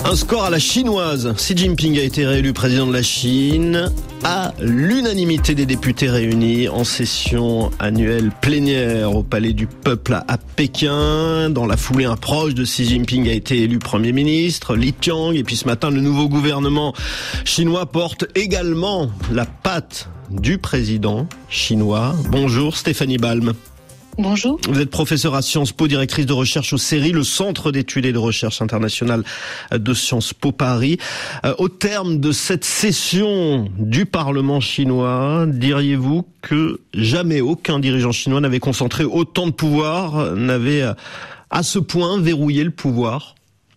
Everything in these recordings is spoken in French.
Un score à la chinoise. Xi Jinping a été réélu président de la Chine à l'unanimité des députés réunis en session annuelle plénière au Palais du Peuple à Pékin. Dans la foulée, un proche de Xi Jinping a été élu Premier ministre, Li Qiang. Et puis ce matin, le nouveau gouvernement chinois porte également la patte du président chinois. Bonjour Stéphanie Balm. Bonjour. Vous êtes professeure à Sciences Po, directrice de recherche au CERI, le Centre d'études et de recherche internationale de Sciences Po Paris. Au terme de cette session du Parlement chinois, diriez-vous que jamais aucun dirigeant chinois n'avait concentré autant de pouvoir, n'avait à ce point verrouillé le pouvoir ?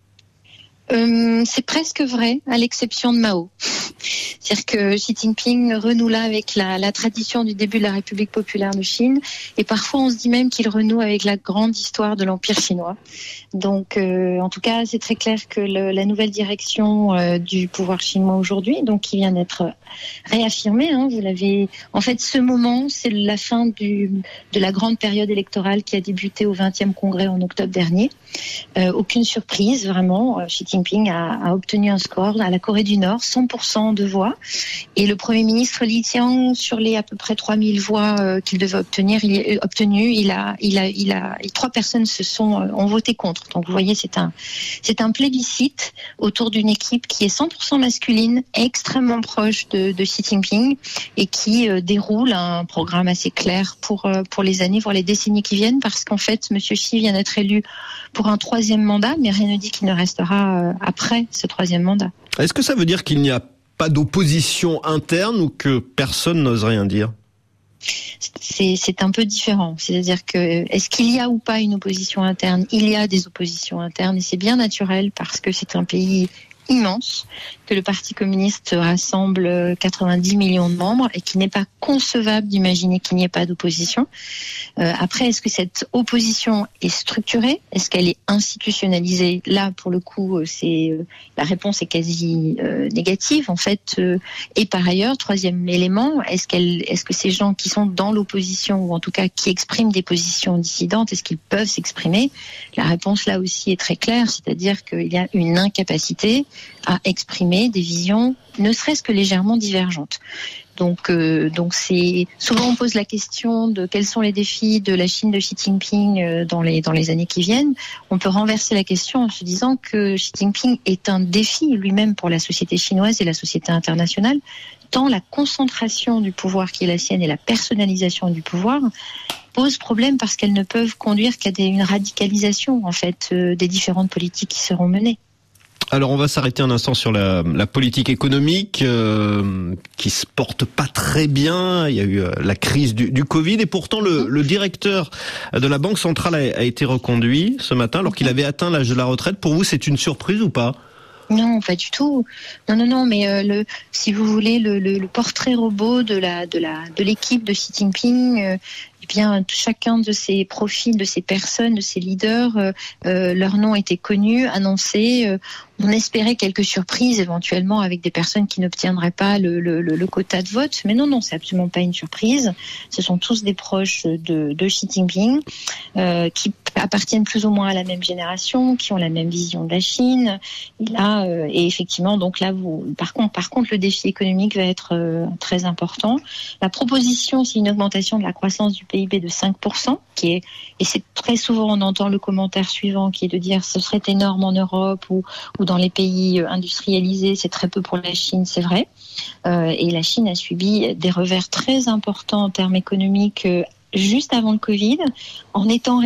C'est presque vrai, à l'exception de Mao. C'est-à-dire que Xi Jinping renoue là avec la tradition du début de la République populaire de Chine, et parfois on se dit même qu'il renoue avec la grande histoire de l'Empire chinois. Donc, en tout cas, c'est très clair que la nouvelle direction du pouvoir chinois aujourd'hui, donc qui vient d'être réaffirmée, vous l'avez. En fait, ce moment, c'est la fin de la grande période électorale qui a débuté au 20e congrès en octobre dernier. Aucune surprise, vraiment. Xi Jinping a obtenu un score à la Corée du Nord, 100% de voix. Et le Premier ministre Li Qiang, sur les à peu près 3000 voix qu'il devait obtenir, trois personnes ont voté contre. Donc vous voyez, c'est un plébiscite autour d'une équipe qui est 100% masculine, extrêmement proche de Xi Jinping et qui déroule un programme assez clair pour les années, voire les décennies qui viennent, parce qu'en fait, Monsieur Xi vient d'être élu pour un 3e mandat, mais rien ne dit qu'il ne restera après ce 3e mandat. Est-ce que ça veut dire qu'il n'y a pas d'opposition interne ou que personne n'ose rien dire ? C'est un peu différent. C'est-à-dire que, est-ce qu'il y a ou pas une opposition interne ? Il y a des oppositions internes et c'est bien naturel parce que c'est un pays immense, que le Parti communiste rassemble 90 millions de membres et qu'il n'est pas concevable d'imaginer qu'il n'y ait pas d'opposition. Après, est-ce que cette opposition est structurée ? Est-ce qu'elle est institutionnalisée ? Là, pour le coup, la réponse est quasi négative, en fait. Et par ailleurs, 3e élément, est-ce que ces gens qui sont dans l'opposition, ou en tout cas qui expriment des positions dissidentes, est-ce qu'ils peuvent s'exprimer ? La réponse, là aussi, est très claire, c'est-à-dire qu'il y a une incapacité à exprimer des visions, ne serait-ce que légèrement divergentes. Donc c'est souvent on pose la question de quels sont les défis de la Chine de Xi Jinping dans les années qui viennent. On peut renverser la question en se disant que Xi Jinping est un défi lui-même pour la société chinoise et la société internationale, tant la concentration du pouvoir qui est la sienne et la personnalisation du pouvoir pose problème parce qu'elles ne peuvent conduire qu'à une radicalisation en fait des différentes politiques qui seront menées. Alors on va s'arrêter un instant sur la politique économique qui se porte pas très bien. Il y a eu la crise du Covid et pourtant le directeur de la Banque centrale a été reconduit ce matin alors qu'il avait atteint l'âge de la retraite. Pour vous, c'est une surprise ou pas ? Non, pas du tout. Non. Mais si vous voulez, le portrait robot de l'équipe de Xi Jinping. Eh bien, chacun de ces profils, de ces personnes, de ces leaders, leur nom était connu, annoncé. On espérait quelques surprises éventuellement avec des personnes qui n'obtiendraient pas le quota de vote. Mais non, c'est absolument pas une surprise. Ce sont tous des proches de Xi Jinping qui appartiennent plus ou moins à la même génération, qui ont la même vision de la Chine. Et effectivement, donc là, par contre, le défi économique va être très important. La proposition, c'est une augmentation de la croissance du PIB de 5%, et c'est très souvent on entend le commentaire suivant qui est de dire ce serait énorme en Europe ou dans les pays industrialisés, c'est très peu pour la Chine, c'est vrai. Et la Chine a subi des revers très importants en termes économiques juste avant le Covid, en étant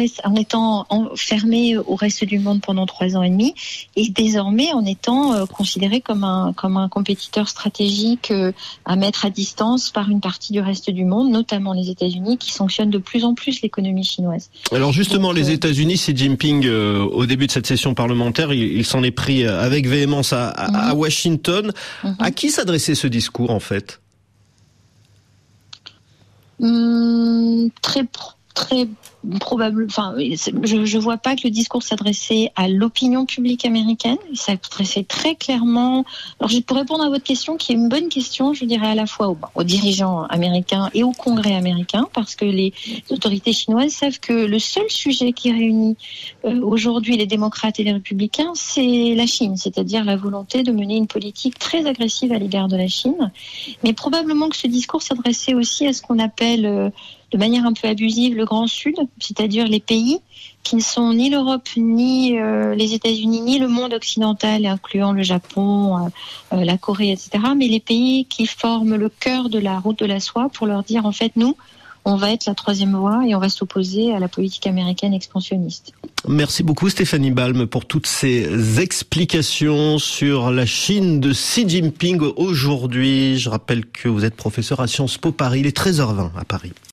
fermé au reste du monde pendant 3 ans et demi, et désormais en étant considéré comme un compétiteur stratégique à mettre à distance par une partie du reste du monde, notamment les États-Unis, qui sanctionnent de plus en plus l'économie chinoise. Alors justement, les États-Unis, Xi Jinping, au début de cette session parlementaire, il s'en est pris avec véhémence à Washington. À qui s'adressait ce discours en fait ? Très je vois pas que le discours s'adressait à l'opinion publique américaine. Il s'adressait très clairement. Alors, pour répondre à votre question, qui est une bonne question, je dirais à la fois aux dirigeants américains et au Congrès américain, parce que les autorités chinoises savent que le seul sujet qui réunit aujourd'hui les démocrates et les républicains, c'est la Chine, c'est-à-dire la volonté de mener une politique très agressive à l'égard de la Chine. Mais probablement que ce discours s'adressait aussi à ce qu'on appelle de manière un peu abusive le Grand Sud, c'est-à-dire les pays qui ne sont ni l'Europe, ni les États-Unis, ni le monde occidental, incluant le Japon, la Corée, etc., mais les pays qui forment le cœur de la route de la soie pour leur dire, en fait, nous, on va être la troisième voie et on va s'opposer à la politique américaine expansionniste. Merci beaucoup Stéphanie Balme pour toutes ces explications sur la Chine de Xi Jinping aujourd'hui. Je rappelle que vous êtes professeur à Sciences Po Paris, il est 13h20 à Paris.